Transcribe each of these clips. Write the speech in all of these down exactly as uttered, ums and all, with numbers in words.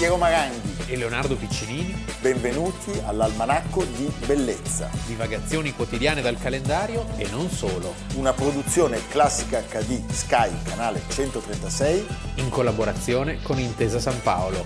Piero Maranghi e Leonardo Piccinini. Benvenuti all'Almanacco di Bellezza. Divagazioni quotidiane dal calendario e non solo. Una produzione Classica acca di Sky, canale centotrentasei. In collaborazione con Intesa San Paolo.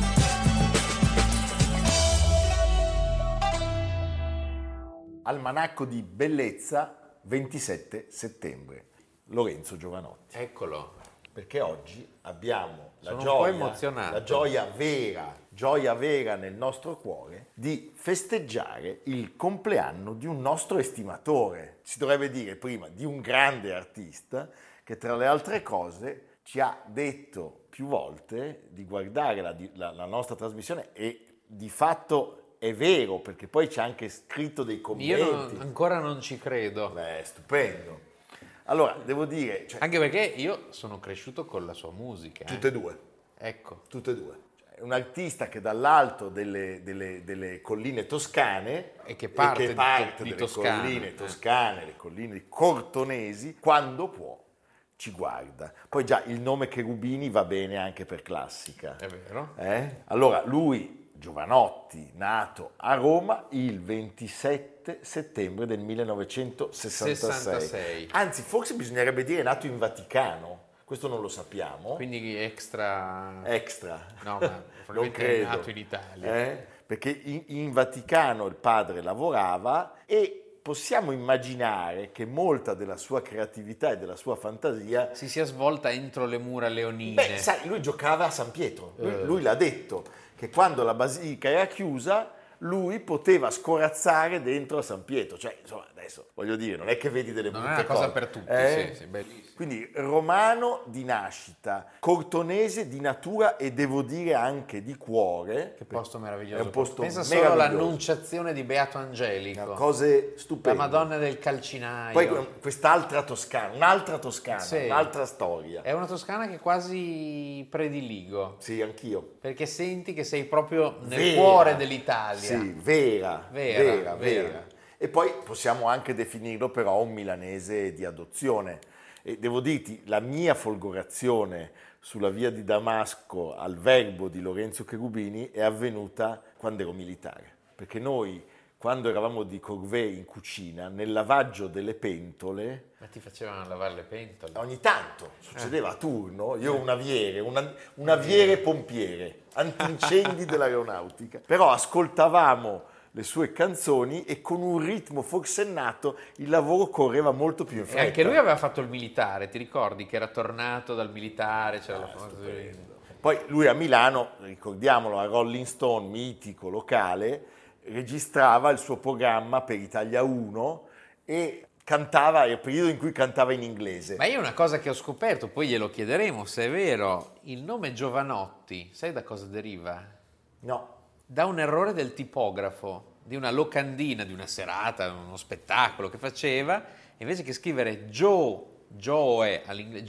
Almanacco di Bellezza, ventisette settembre. Lorenzo Giovanotti. Eccolo. Perché oggi abbiamo la Sono gioia, un po' emozionato. la gioia vera, gioia vera nel nostro cuore di festeggiare il compleanno di un nostro estimatore. Si dovrebbe dire prima di un grande artista che tra le altre cose ci ha detto più volte di guardare la, la, la nostra trasmissione e di fatto è vero, perché poi c'è anche scritto dei commenti. Io non, ancora non ci credo. Beh, stupendo. Allora, devo dire... Cioè, anche perché io sono cresciuto con la sua musica. Eh. Tutte e due. Ecco. Tutte e due. Cioè, è un artista che dall'alto delle, delle, delle colline toscane e che parte, e che parte di, di delle Toscana, colline eh. toscane, le colline cortonesi, quando può ci guarda. Poi già il nome Cherubini va bene anche per classica. È vero. Eh? Allora, lui... Giovanotti, nato a Roma il ventisette settembre del millenovecentosessantasei. sessantasei. Anzi, forse bisognerebbe dire nato in Vaticano, questo non lo sappiamo. Quindi extra... Extra. No, ma non credo. È nato in Italia. Eh? Perché in, in Vaticano il padre lavorava e possiamo immaginare che molta della sua creatività e della sua fantasia si sia svolta entro le mura leonine. Beh, sai, lui giocava a San Pietro, lui, uh. lui l'ha detto. Che quando la basilica era chiusa lui poteva scorazzare dentro a San Pietro, cioè insomma adesso voglio dire non è che vedi delle non brutte è una cosa cose. Per tutti, eh? sì, sì, bellissimo. Quindi romano di nascita, cortonese di natura e devo dire anche di cuore. Che posto meraviglioso. È un posto pensa meraviglioso. Solo all'annunciazione di Beato Angelico, cose stupende, la Madonna del Calcinaio, poi quest'altra Toscana, un'altra Toscana, sì. Un'altra storia. È una Toscana che quasi prediligo. Sì, anch'io. Perché senti che sei proprio nel vera, cuore dell'Italia. Sì, vera, vera, vera, vera, vera. E poi possiamo anche definirlo però un milanese di adozione. E devo dirti, la mia folgorazione sulla via di Damasco al Verbo di Lorenzo Cherubini è avvenuta quando ero militare. Perché noi, quando eravamo di corvée in cucina, nel lavaggio delle pentole... Ma ti facevano lavare le pentole? Ogni tanto, succedeva eh. a turno, io ero un aviere, un, un aviere pompiere, antincendi dell'aeronautica. Però ascoltavamo le sue canzoni e con un ritmo forsennato il lavoro correva molto più in fretta. E anche lui aveva fatto il militare, ti ricordi che era tornato dal militare? C'era ah, la famosa... Poi lui a Milano, ricordiamolo, a Rolling Stone, mitico locale, registrava il suo programma per Italia uno e cantava, era il periodo in cui cantava in inglese. Ma io una cosa che ho scoperto, poi glielo chiederemo se è vero, il nome Giovanotti, sai da cosa deriva? No. Da un errore del tipografo, di una locandina, di una serata, uno spettacolo che faceva, invece che scrivere Joe, Joe all'inglese,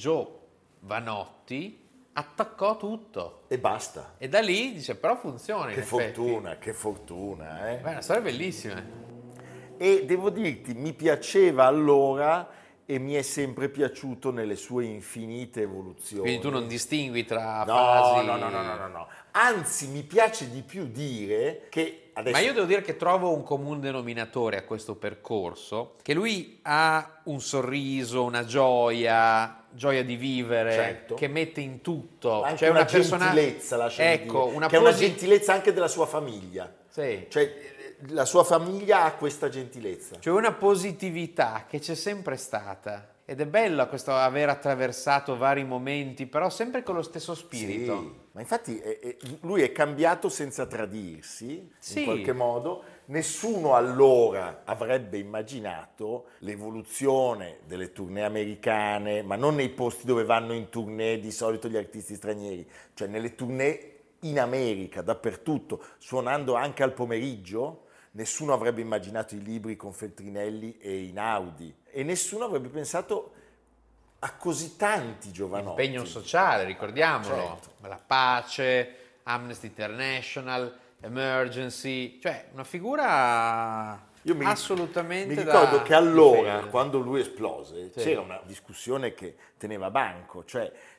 Giovanotti, attaccò tutto. E basta. E da lì dice, però funziona. Che fortuna, che fortuna. Eh? Beh, è una storia bellissima. E devo dirti, mi piaceva allora e mi è sempre piaciuto nelle sue infinite evoluzioni. Quindi tu non distingui tra no, fasi... No, no, no, no, no, no. Anzi, mi piace di più dire che adesso... Ma io devo dire che trovo un comune denominatore a questo percorso, che lui ha un sorriso, una gioia, gioia di vivere, certo. Che mette in tutto. Anche cioè una, una gentilezza, lasciami ecco, dire, una che è una posi... gentilezza anche della sua famiglia. Sì. Cioè, la sua famiglia ha questa gentilezza. Cioè una positività che c'è sempre stata. Ed è bello questo aver attraversato vari momenti, però sempre con lo stesso spirito. Sì, ma infatti è, è, lui è cambiato senza tradirsi, sì. In qualche modo. Nessuno allora avrebbe immaginato l'evoluzione delle tournée americane, ma non nei posti dove vanno in tournée di solito gli artisti stranieri, cioè nelle tournée in America, dappertutto, suonando anche al pomeriggio. Nessuno avrebbe immaginato i libri con Feltrinelli e Einaudi e nessuno avrebbe pensato a così tanti Giovanotti. Impegno sociale, ricordiamolo, certo. La pace, Amnesty International, Emergency, cioè una figura Io mi, assolutamente mi ricordo da che allora, difendere. Quando lui esplose, sì. C'era una discussione che teneva banco, cioè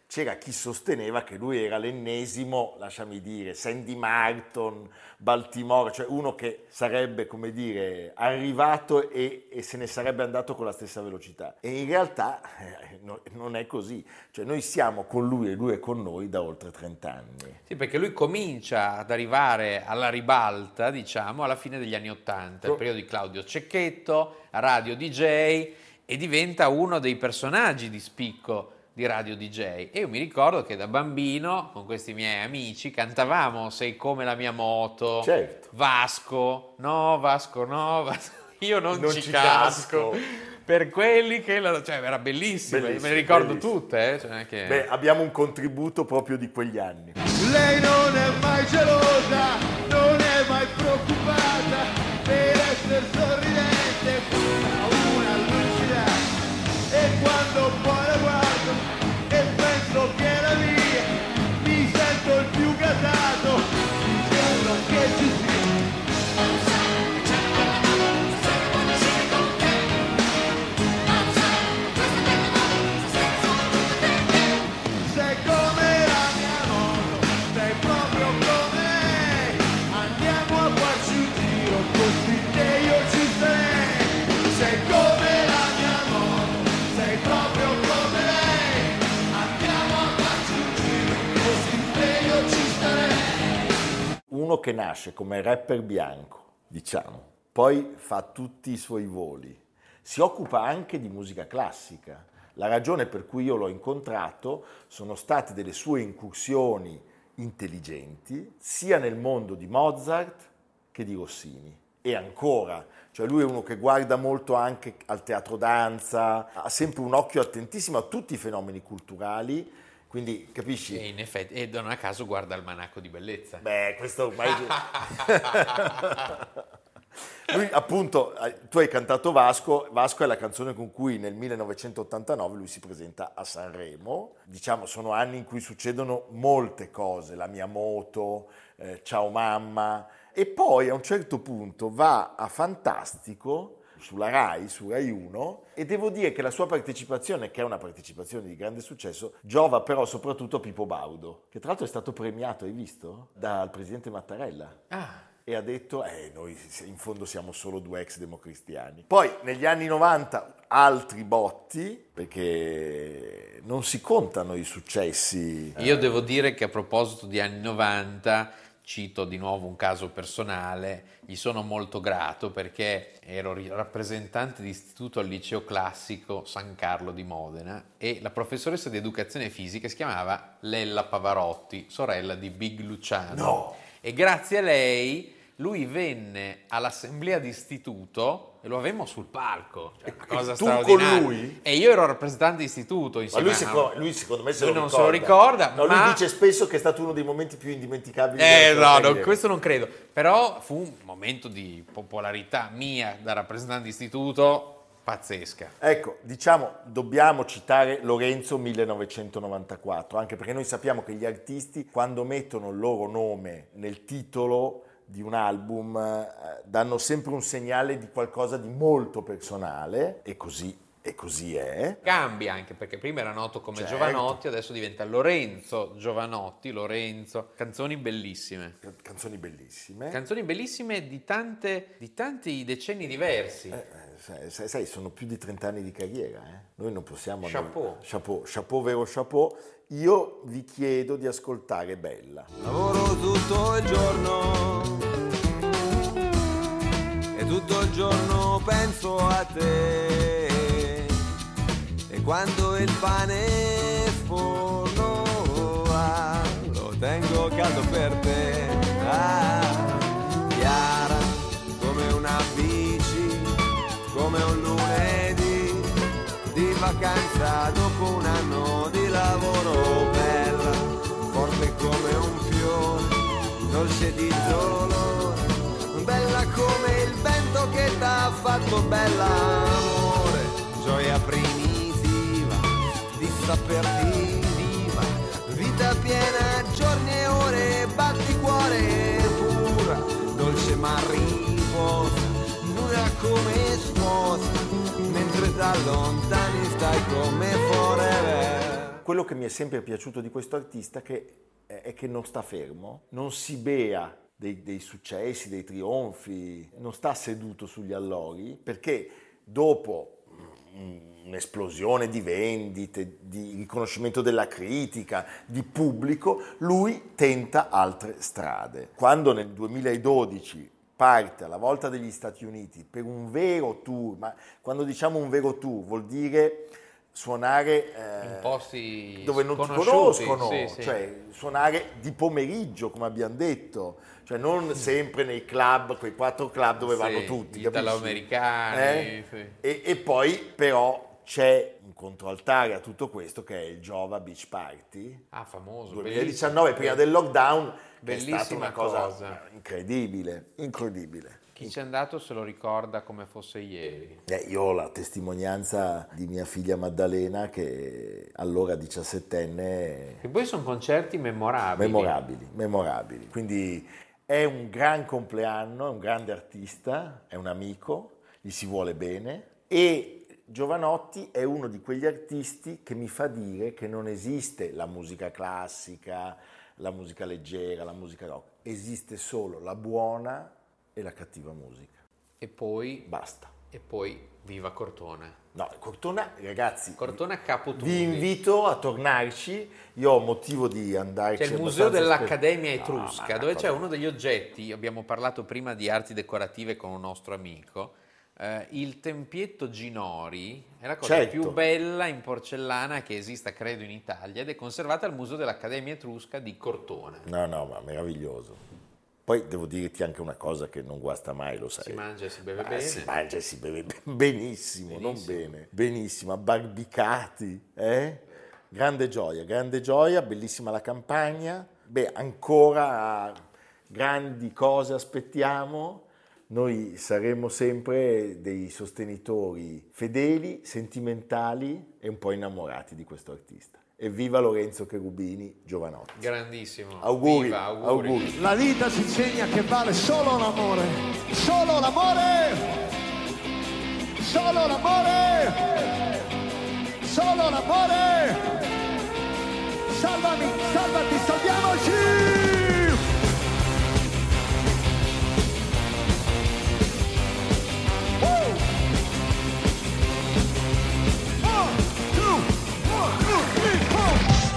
c'era chi sosteneva che lui era l'ennesimo, lasciami dire, Sandy Martin, Baltimore, cioè uno che sarebbe, come dire, arrivato e, e se ne sarebbe andato con la stessa velocità. E in realtà eh, no, non è così, cioè noi siamo con lui e lui è con noi da oltre trenta anni. Sì, perché lui comincia ad arrivare alla ribalta, diciamo, alla fine degli anni Ottanta, il periodo di Claudio Cecchetto, radio D J, e diventa uno dei personaggi di spicco di radio D J. E io mi ricordo che da bambino con questi miei amici cantavamo Sei come la mia moto, certo. Vasco, no Vasco no, Vasco, io non, non ci, ci casco. casco. Per quelli che la... cioè era bellissimo, bellissimo me le ricordo bellissimo. tutte. Eh? Cioè, che... Beh, abbiamo un contributo proprio di quegli anni. Lei non è mai gelosa, non è mai preoccupata, per essere sorridente fa una lucidità. E quando poi la guardo e penso che è la mia, mi sento il più gasato, dicendo che ci sia. Sei come la mia moto, sei proprio come lei, andiamo a farci un giro, così che io ci sarei. Sei come la mia moto, sei proprio come lei, andiamo a farci un giro, così che io ci starei. Uno che nasce come rapper bianco, diciamo, poi fa tutti i suoi voli, si occupa anche di musica classica. La ragione per cui io l'ho incontrato sono state delle sue incursioni intelligenti, sia nel mondo di Mozart che di Rossini. E ancora, cioè lui è uno che guarda molto anche al teatro danza, ha sempre un occhio attentissimo a tutti i fenomeni culturali, quindi capisci? E in effetti, e non a caso guarda il Manacco di Bellezza. Beh, questo ormai... Lui appunto, tu hai cantato Vasco, Vasco è la canzone con cui nel millenovecentottantanove lui si presenta a Sanremo. Diciamo, sono anni in cui succedono molte cose, La mia moto, eh, Ciao mamma, e poi a un certo punto va a Fantastico, sulla Rai, su Rai uno, e devo dire che la sua partecipazione, che è una partecipazione di grande successo, giova però soprattutto a Pippo Baudo, che tra l'altro è stato premiato, hai visto? Dal presidente Mattarella. Ah. E ha detto, eh, noi in fondo siamo solo due ex democristiani. Poi negli anni novanta altri botti, perché non si contano i successi. Io devo dire che a proposito di anni novanta, cito di nuovo un caso personale, gli sono molto grato perché ero rappresentante di istituto al liceo classico San Carlo di Modena e la professoressa di educazione fisica si chiamava Lella Pavarotti, sorella di Big Luciano. No. E grazie a lei lui venne all'assemblea di istituto e lo avevamo sul palco, cioè una cosa tu straordinaria. con lui? E io ero rappresentante di istituto Ma insieme lui, a... secondo, lui secondo me se Lui lo non ricorda. se lo ricorda, No, ma- lui dice spesso che è stato uno dei momenti più indimenticabili Eh della sua no, no, carriera. questo non credo, però fu un momento di popolarità mia da rappresentante di istituto pazzesca. Ecco, diciamo, dobbiamo citare Lorenzo millenovecentonovantaquattro, anche perché noi sappiamo che gli artisti, quando mettono il loro nome nel titolo di un album, eh, danno sempre un segnale di qualcosa di molto personale, e così, e così è. Cambia anche perché prima era noto come Certo. Giovanotti, adesso diventa Lorenzo Giovanotti, Lorenzo. Canzoni bellissime. Canzoni bellissime. Canzoni bellissime di, tante, di tanti decenni diversi. Eh, sai, sai, sai, sono più di trenta anni di carriera, eh? Noi non possiamo... Chapeau. Chapeau, chapeau, vero chapeau. Io vi chiedo di ascoltare Bella. Lavoro tutto il giorno e tutto il giorno penso a te, e quando il pane forno va lo tengo caldo per te. Ah, chiara come una bici, come un lunedì di vacanza dopo un anno di lavoro. Bella, forte come un fiore, dolce di dolore, bella come il vento che t'ha fatto. Bella, amore, gioia primitiva di saperti viva, vita piena, giorni e ore, batti cuore pura, dolce ma riposa, nuda come sposa, mentre da lontani stai come forever. quello che mi è sempre piaciuto di questo artista che, è che non sta fermo, non si bea dei, dei successi, dei trionfi, non sta seduto sugli allori, perché dopo un'esplosione di vendite, di riconoscimento della critica, di pubblico, lui tenta altre strade. Quando nel duemiladodici parte alla volta degli Stati Uniti per un vero tour, ma quando diciamo un vero tour vuol dire suonare eh, in posti dove non ti sconosciuti, conoscono, sì, sì. cioè suonare di pomeriggio, come abbiamo detto, cioè non sempre nei club, quei quattro club dove Sì, vanno tutti, gli capisci? italoamericani, Eh? sì. E, e poi però c'è un controaltare a tutto questo che è il Jova Beach Party Ah, famoso. duemiladiciannove, prima del lockdown, che è stata Bellissima una cosa, cosa. incredibile, incredibile. Chi c'è andato se lo ricorda come fosse ieri. Eh, io ho la testimonianza di mia figlia Maddalena che allora diciassettenne, E poi sono concerti memorabili. memorabili, memorabili. Quindi è un gran compleanno, è un grande artista, è un amico, gli si vuole bene e Jovanotti è uno di quegli artisti che mi fa dire che non esiste la musica classica, la musica leggera, la musica rock, esiste solo la buona e la cattiva musica. E poi, Basta. e poi viva Cortona. No, Cortona, ragazzi, Cortona Capotundi. vi invito a tornarci, io ho motivo di andarci. C'è il museo abbastanza dell'Accademia spesso. No, Etrusca, ma dove una c'è cosa- uno degli oggetti, abbiamo parlato prima di arti decorative con un nostro amico, eh, il tempietto Ginori è la cosa Certo. più bella in porcellana che esista, credo, in Italia, ed è conservata al museo dell'Accademia Etrusca di Cortona. No, no, ma meraviglioso. Poi devo dirti anche una cosa che non guasta mai, lo sai. Si mangia e si beve Ah, bene. si mangia e si beve be- benissimo, non Benissimo. bene. Benissimo, abbarbicati, eh? Grande gioia, grande gioia, bellissima la campagna. Beh, ancora grandi cose aspettiamo. Noi saremo sempre dei sostenitori fedeli, sentimentali e un po' innamorati di questo artista. Evviva Lorenzo Cherubini Jovanotti. Grandissimo. Auguri, Viva, auguri. auguri. La vita ci insegna che vale solo l'amore, solo l'amore, solo l'amore, solo l'amore. Salvami, salvati, salviamoci! Woo! One, two, one, two, three, four.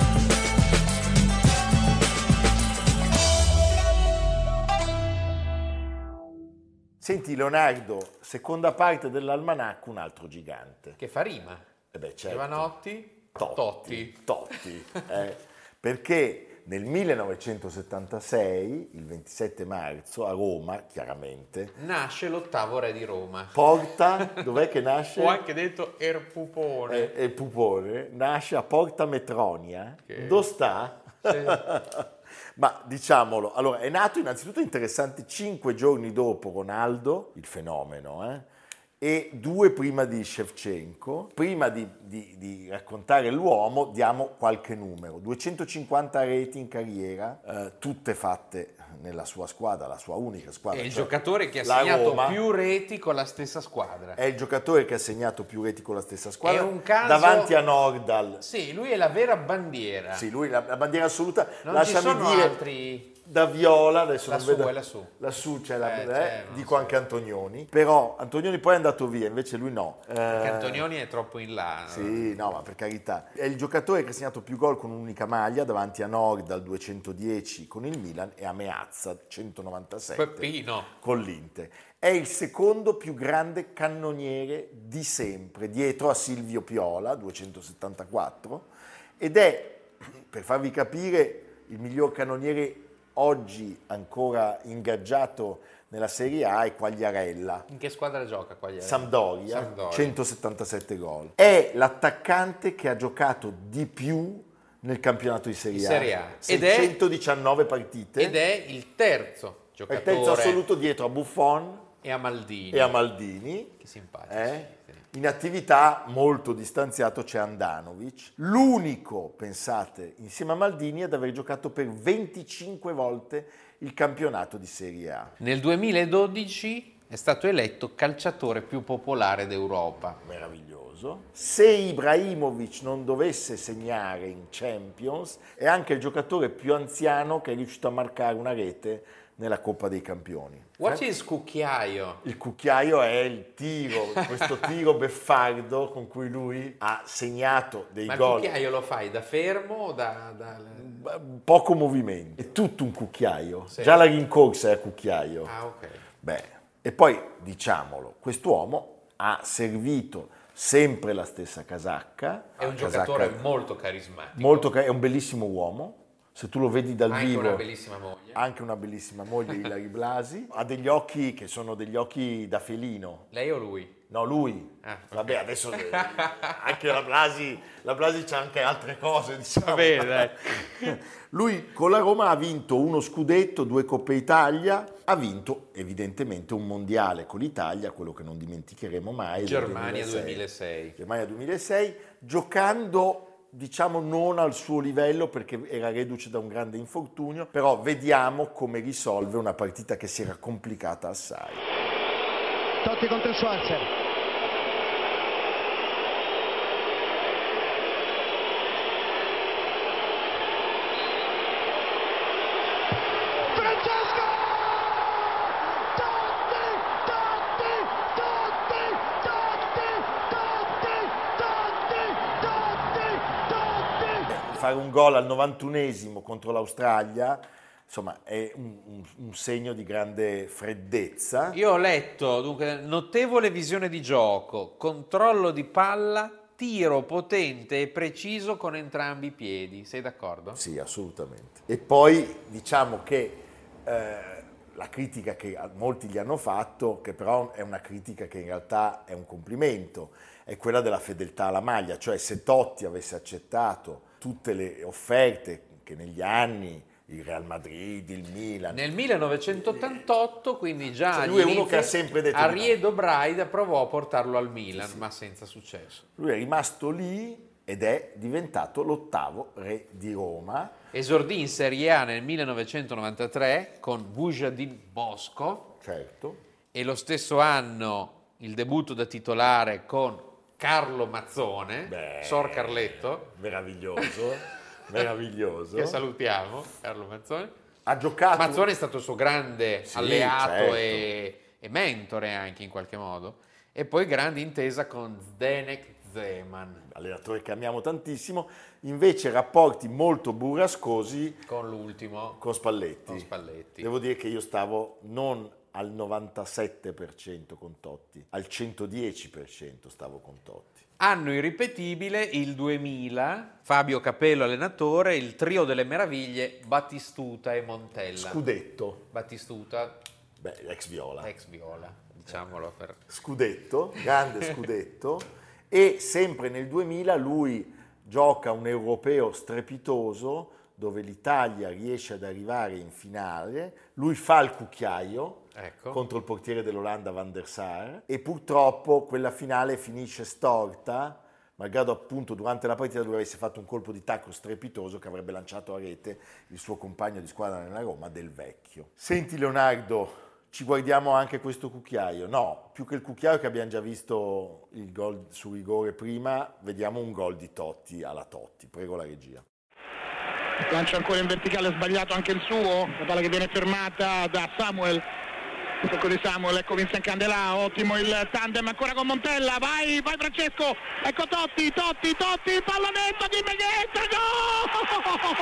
Senti Leonardo, seconda parte dell'almanacco, un altro gigante. Che fa rima. Eh beh, certo. Giovanotti, Totti. Totti. Totti, eh. Perché nel millenovecentosettantasei, il ventisette marzo, a Roma, chiaramente, Nasce l'ottavo re di Roma. Porta, dov'è che nasce? Ho anche detto Erpupone. Eh, è il pupone, nasce a Porta Metronia. Che- Dove sta? Sì. Ma diciamolo, allora è nato innanzitutto interessante cinque giorni dopo Ronaldo, il fenomeno, eh, e due prima di Shevchenko. Prima di, di- di raccontare l'uomo diamo qualche numero, duecentocinquanta reti in carriera, eh, tutte fatte nella sua squadra, la sua unica squadra. È il cioè giocatore che ha la segnato Roma. più reti con la stessa squadra. È il giocatore che ha segnato più reti con la stessa squadra, È un caso- davanti a Nordal. Sì, lui è la vera bandiera. Sì, lui la, la bandiera assoluta, Non lasciami ci sono dire, altri... da Viola, adesso Lassù, non vedo, è lassù. lassù c'è la, Eh, eh, c'è, non dico so. anche Antonioni, però Antonioni poi è andato via, invece lui no. Eh, Perché Antonioni è troppo in là. Sì, no, ma per carità. È il giocatore che ha segnato più gol con un'unica maglia davanti a Nordal duecentodieci con il Milan e a Meazza centonovantasette Peppino. con l'Inter. È il secondo più grande cannoniere di sempre, dietro a Silvio Piola, duecentosettantaquattro, ed è, per farvi capire, il miglior cannoniere oggi ancora ingaggiato nella Serie A è Quagliarella. In che squadra gioca qua? Sampdoria, Sampdoria. centosettantasette gol. È l'attaccante che ha giocato di più nel campionato di Serie Di A. Serie A. Ed è- seicentodiciannove partite. Ed è il terzo È il giocatore. terzo assoluto dietro a Buffon E a Maldini. e a Maldini. Che simpatici. Eh? sì. In attività molto distanziato c'è Andanovic, l'unico, pensate, insieme a Maldini ad aver giocato per venticinque volte il campionato di Serie A. Nel duemiladodici è stato eletto calciatore più popolare d'Europa. Meraviglioso. Se Ibrahimovic non dovesse segnare in Champions, è anche il giocatore più anziano che è riuscito a marcare una rete nella Coppa dei Campioni. What is cucchiaio? Il cucchiaio è il tiro, questo tiro beffardo con cui lui ha segnato dei Ma gol. il cucchiaio lo fai da fermo o da... da... Poco movimento, è tutto un cucchiaio. Sì. Già la rincorsa è a cucchiaio. Ah, ok. Beh, e poi diciamolo, quest'uomo ha servito sempre la stessa casacca. È un casacca giocatore molto carismatico. molto ca- è un bellissimo uomo. Se tu lo vedi dal Anche vivo, una bellissima moglie. anche una bellissima moglie, Ilari Blasi, ha degli occhi che sono degli occhi da felino. Lei o lui? No, lui. Ah, ok. Vabbè, adesso anche la Blasi, la Blasi c'ha anche altre cose, diciamo. Va bene, dai. Lui con la Roma ha vinto uno scudetto, due Coppe Italia, ha vinto evidentemente un mondiale con l'Italia, quello che non dimenticheremo mai. del Germania duemilasei. duemilasei. Germania duemilasei, giocando diciamo non al suo livello perché era reduce da un grande infortunio, però vediamo come risolve una partita che si era complicata assai. Totti contro Schwarzer. Francesco! Totti! Totti! Totti! Totti! Totti! Totti! Totti! Totti! Fare un gol al novantunesimo contro l'Australia, insomma, è un, un, un segno di grande freddezza. Io ho letto, dunque, notevole visione di gioco, controllo di palla, tiro potente e preciso con entrambi i piedi. Sei d'accordo? Sì, assolutamente. E poi diciamo che eh, la critica che molti gli hanno fatto, che però è una critica che in realtà è un complimento, è quella della fedeltà alla maglia, cioè se Totti avesse accettato tutte le offerte che negli anni il Real Madrid, il Milan... Nel millenovecentottantotto, quindi già Cioè, agli lui è uno inizi, che ha sempre detto Ariedo Braida provò a portarlo al Milan, ma senza successo. Lui è rimasto lì ed è diventato l'ottavo re di Roma. Esordì in Serie A nel millenovecentonovantatré con Vujadin Moskov Certo. e lo stesso anno il debutto da titolare con Carlo Mazzone, Beh, Sor Carletto, Meraviglioso, meraviglioso. che salutiamo, Carlo Mazzone. Ha giocato... Mazzone è stato il suo grande Sì, alleato certo. e, e mentore anche in qualche modo. E poi grande intesa con Zdenek Zeman. allenatore che amiamo tantissimo, invece rapporti molto burrascosi Con l'ultimo, con Spalletti. con Spalletti. Devo dire che io stavo non al novantasette per cento con Totti, al centodieci per cento stavo con Totti. Anno irripetibile, il duemila, Fabio Capello allenatore, il trio delle meraviglie, Battistuta e Montella. Scudetto, Battistuta, beh, ex Viola. ex Viola, diciamolo per... Scudetto, grande scudetto, e sempre nel duemila lui gioca un europeo strepitoso dove l'Italia riesce ad arrivare in finale, lui fa il cucchiaio Ecco. contro il portiere dell'Olanda Van der Sar e purtroppo quella finale finisce storta, malgrado appunto durante la partita lui avesse fatto un colpo di tacco strepitoso che avrebbe lanciato a rete il suo compagno di squadra nella Roma, Del Vecchio. Senti Leonardo, ci guardiamo anche questo cucchiaio? No, più che il cucchiaio che abbiamo già visto il gol su rigore prima, vediamo un gol di Totti alla Totti. Prego la regia. Lancio ancora in verticale, sbagliato anche il suo, la palla che viene fermata da Samuel. Tocco di Samuel, ecco Vincent Candelà, ottimo il tandem ancora con Montella, vai, vai Francesco, ecco Totti, Totti, Totti, pallonetto di Meghetta, gol!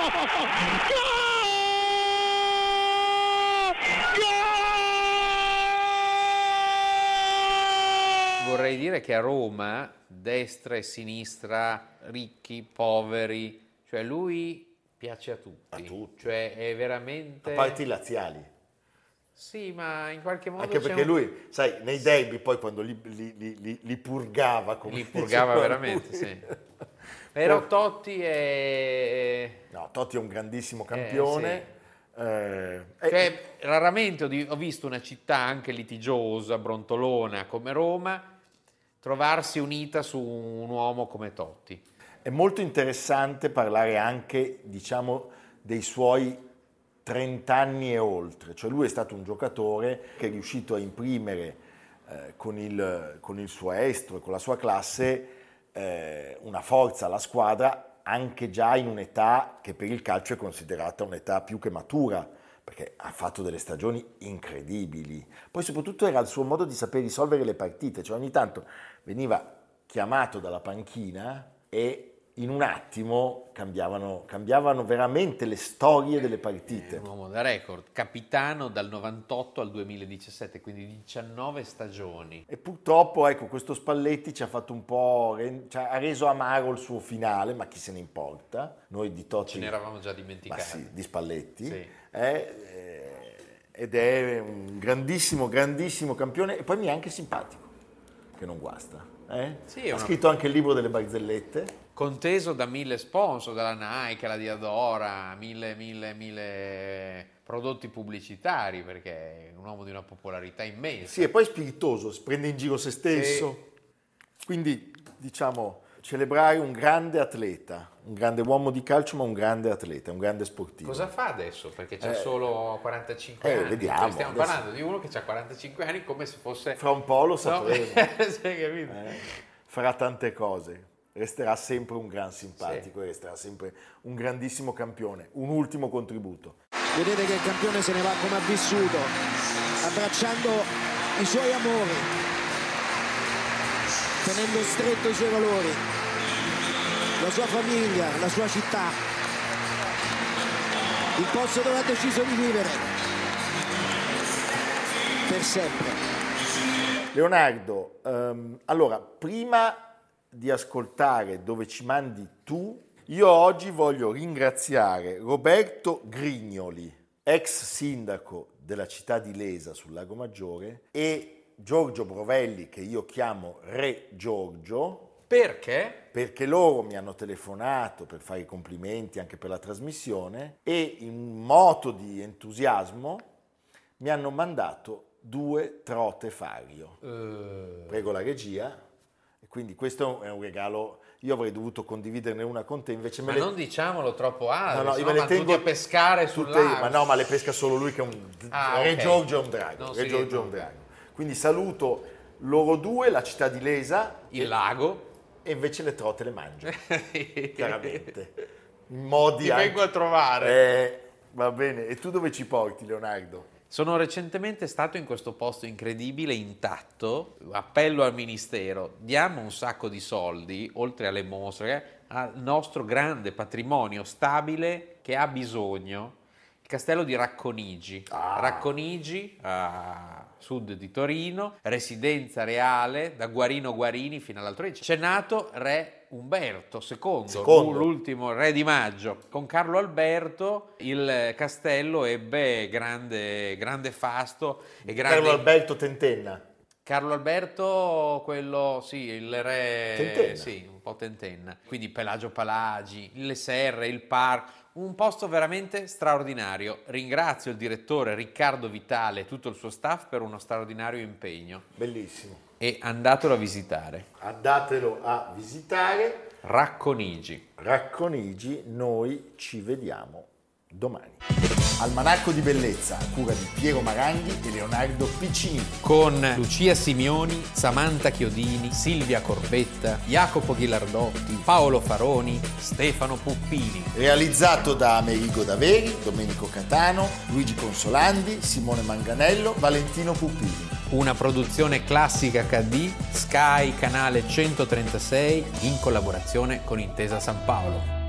Gol! Vorrei dire che a Roma, destra e sinistra, ricchi, poveri, cioè lui piace a tutti. A tutti. Cioè è veramente... A parte i laziali. Sì, ma in qualche modo Anche c'è perché un- lui, sai, nei derby poi quando li, li- li- li- li purgava, come li purgava diceva veramente, lui. sì. Però Totti è... No, Totti è un grandissimo campione. eh, eh, Cioè, raramente ho, di- ho visto una città anche litigiosa, brontolona come Roma, trovarsi unita su un uomo come Totti. È molto interessante parlare anche, diciamo, dei suoi trenta anni e oltre, cioè lui è stato un giocatore che è riuscito a imprimere eh, con, il, con il suo estro e con la sua classe eh, una forza alla squadra anche già in un'età che per il calcio è considerata un'età più che matura, perché ha fatto delle stagioni incredibili. Poi soprattutto era il suo modo di saper risolvere le partite, cioè ogni tanto veniva chiamato dalla panchina e in un attimo cambiavano, cambiavano veramente le storie delle partite. È un uomo da record, capitano dal novantotto al duemiladiciassette, quindi diciannove stagioni. E purtroppo, ecco, questo Spalletti ci ha fatto un po', cioè, ha reso amaro il suo finale, ma chi se ne importa? Noi di Totti... Ce ne eravamo già dimenticati. Ma sì, di Spalletti. Sì. Eh, ed è un grandissimo, grandissimo campione, e poi mi è anche simpatico, che non guasta. Eh? Sì, è ha una... scritto anche il libro delle barzellette. Conteso da mille sponsor, dalla Nike, la Diadora, mille, mille, mille prodotti pubblicitari, perché è un uomo di una popolarità immensa. Sì, e poi è spiritoso, si prende in giro se stesso. Sì. Quindi, diciamo, celebrare un grande atleta, un grande uomo di calcio, ma un grande atleta, un grande sportivo. Cosa fa adesso? Perché c'ha Eh, quarantacinque quarantacinque eh, anni. vediamo, Cioè, stiamo adesso... parlando di uno che ha quarantacinque anni come se fosse... Fra un po' lo sapremo. No? Cioè, capito? Eh, farà tante cose. Resterà sempre un gran simpatico, sì. Resterà sempre un grandissimo campione. Un ultimo contributo. Vedete che il campione se ne va come ha vissuto, abbracciando i suoi amori, tenendo stretto i suoi valori, la sua famiglia, la sua città, il posto dove ha deciso di vivere per sempre. Leonardo, um, allora, prima di ascoltare Dove ci mandi tu, io oggi voglio ringraziare Roberto Grignoli, ex sindaco della città di Lesa sul Lago Maggiore, e Giorgio Brovelli, che io chiamo Re Giorgio. Perché? Perché loro mi hanno telefonato per fare i complimenti anche per la trasmissione e in un moto di entusiasmo mi hanno mandato due trote Fario. Uh... Prego la regia. Quindi questo è un regalo, io avrei dovuto condividerne una con te, invece me ma le... non diciamolo troppo alto, no, no, se io no me le tengo tutti a pescare sul tutte... lago. Ma no, ma le pesca solo lui che è un... Ah, Re okay. Giorgio è un drago, non Re Giorgio riesco. è un drago. Quindi saluto loro due, la città di Lesa. Il e... lago. E invece le trote le mangio, chiaramente. In modi Ti anche... vengo a trovare. Eh, va bene, e tu dove ci porti, Leonardo? Sono recentemente stato in questo posto incredibile, intatto, appello al Ministero, diamo un sacco di soldi, oltre alle mostre, al nostro grande patrimonio stabile che ha bisogno, il castello di Racconigi. Ah. Racconigi, a sud di Torino, residenza reale da Guarino Guarini fino all'altro giorno. C'è nato re Umberto secondo, Secondo. l'ultimo re di maggio. Con Carlo Alberto il castello ebbe grande, grande fasto e grande... Carlo Alberto Tentenna. Carlo Alberto, quello, sì, il re... Tentenna. Sì, un po' tentenna. Quindi Pelagio Palagi, le serre, il parco, un posto veramente straordinario. Ringrazio il direttore Riccardo Vitale e tutto il suo staff per uno straordinario impegno. Bellissimo. E andatelo a visitare. Andatelo a visitare. Racconigi. Racconigi, noi ci vediamo domani. Almanacco di bellezza a cura di Piero Maranghi e Leonardo Piccini. Con Lucia Simioni, Samantha Chiodini, Silvia Corbetta, Jacopo Ghilardotti, Paolo Faroni, Stefano Puppini. Realizzato da Amerigo Daveri, Domenico Catano, Luigi Consolandi, Simone Manganello, Valentino Puppini. Una produzione Classica acca di, Sky canale centotrentasei in collaborazione con Intesa San Paolo.